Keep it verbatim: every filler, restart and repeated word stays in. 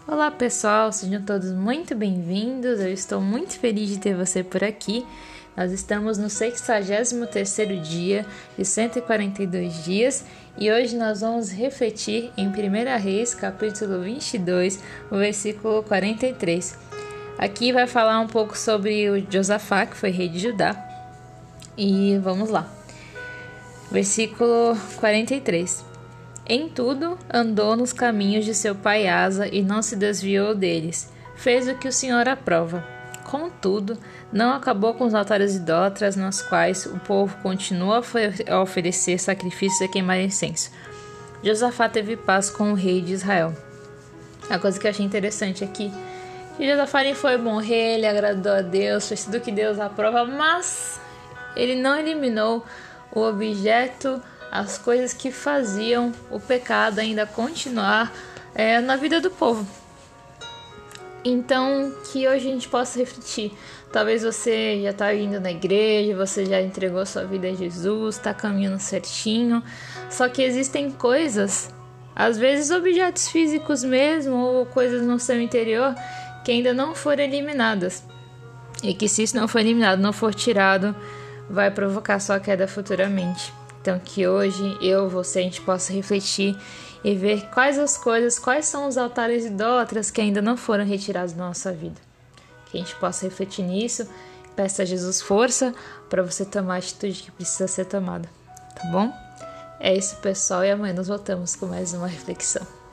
Olá pessoal, sejam todos muito bem-vindos, eu estou muito feliz de ter você por aqui. Nós estamos no sexagésimo terceiro dia de cento e quarenta e dois dias e hoje nós vamos refletir em primeira Reis, capítulo vinte e dois, o versículo quarenta e três. Aqui vai falar um pouco sobre o Josafá, que foi rei de Judá, e vamos lá. Versículo quarenta e três. Em tudo, andou nos caminhos de seu pai Asa e não se desviou deles. Fez o que o Senhor aprova. Contudo, não acabou com os altares idólatras nos quais o povo continua a oferecer sacrifícios e queimar incenso. Josafá teve paz com o rei de Israel. A coisa que eu achei interessante aqui, que Josafá foi bom rei, ele agradou a Deus, fez tudo que Deus aprova, mas ele não eliminou o objeto, as coisas que faziam o pecado ainda continuar é, na vida do povo. Então, que hoje a gente possa refletir. Talvez você já está indo na igreja, você já entregou sua vida a Jesus, está caminhando certinho. Só que existem coisas, às vezes objetos físicos mesmo, ou coisas no seu interior, que ainda não foram eliminadas. E que se isso não for eliminado, não for tirado, vai provocar sua queda futuramente. Então que hoje eu, você, a gente possa refletir e ver quais as coisas, quais são os altares idólatras que ainda não foram retirados da nossa vida. Que a gente possa refletir nisso, peça a Jesus força para você tomar a atitude que precisa ser tomada, tá bom? É isso, pessoal, e amanhã nós voltamos com mais uma reflexão.